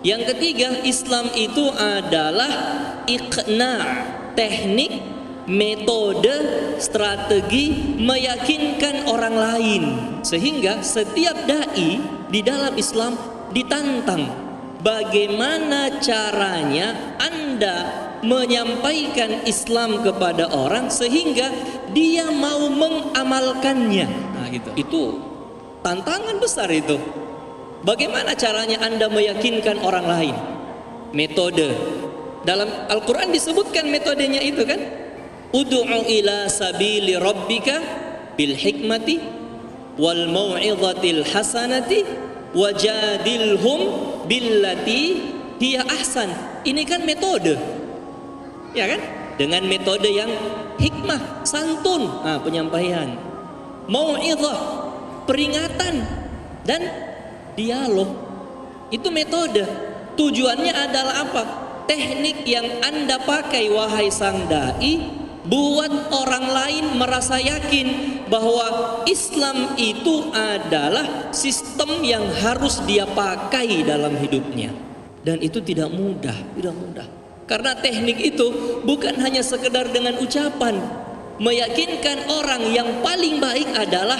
Yang ketiga, Islam itu adalah iqna, teknik, metode, strategi meyakinkan orang lain. Sehingga setiap dai di dalam Islam ditantang, bagaimana caranya Anda menyampaikan Islam kepada orang sehingga dia mau mengamalkannya. Nah, gitu. Itu tantangan besar itu. Bagaimana caranya Anda meyakinkan orang lain? Metode. Dalam Al-Quran disebutkan metodenya itu kan? Ud'u ila sabili rabbika bil hikmati wal mau'izatil hasanati wajadilhum billati hiya ahsan. Ini kan metode. Ya kan? Dengan metode yang hikmah, santun, penyampaian. Mau'izah, peringatan, dan dialog. Itu metode. Tujuannya adalah apa? Teknik yang Anda pakai wahai sang dai, buat orang lain merasa yakin bahwa Islam itu adalah sistem yang harus dia pakai dalam hidupnya. Dan itu tidak mudah, tidak mudah. Karena teknik itu bukan hanya sekedar dengan ucapan. Meyakinkan orang yang paling baik adalah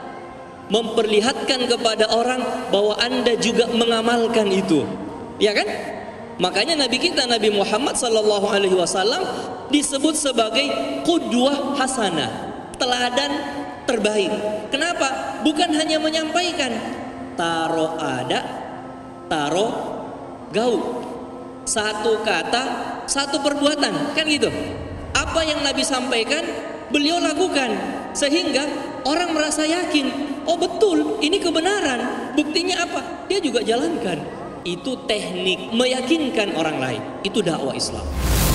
memperlihatkan kepada orang bahwa Anda juga mengamalkan itu, ya kan? Makanya Nabi kita Nabi Muhammad SAW disebut sebagai qudwah hasanah, teladan terbaik. Kenapa? Bukan hanya menyampaikan, taro ada, taro gaul, satu kata, satu perbuatan, kan gitu. Apa yang Nabi sampaikan, beliau lakukan, sehingga orang merasa yakin, oh betul, ini kebenaran. Buktinya apa? Dia juga jalankan. Itu teknik meyakinkan orang lain. Itu dakwah Islam.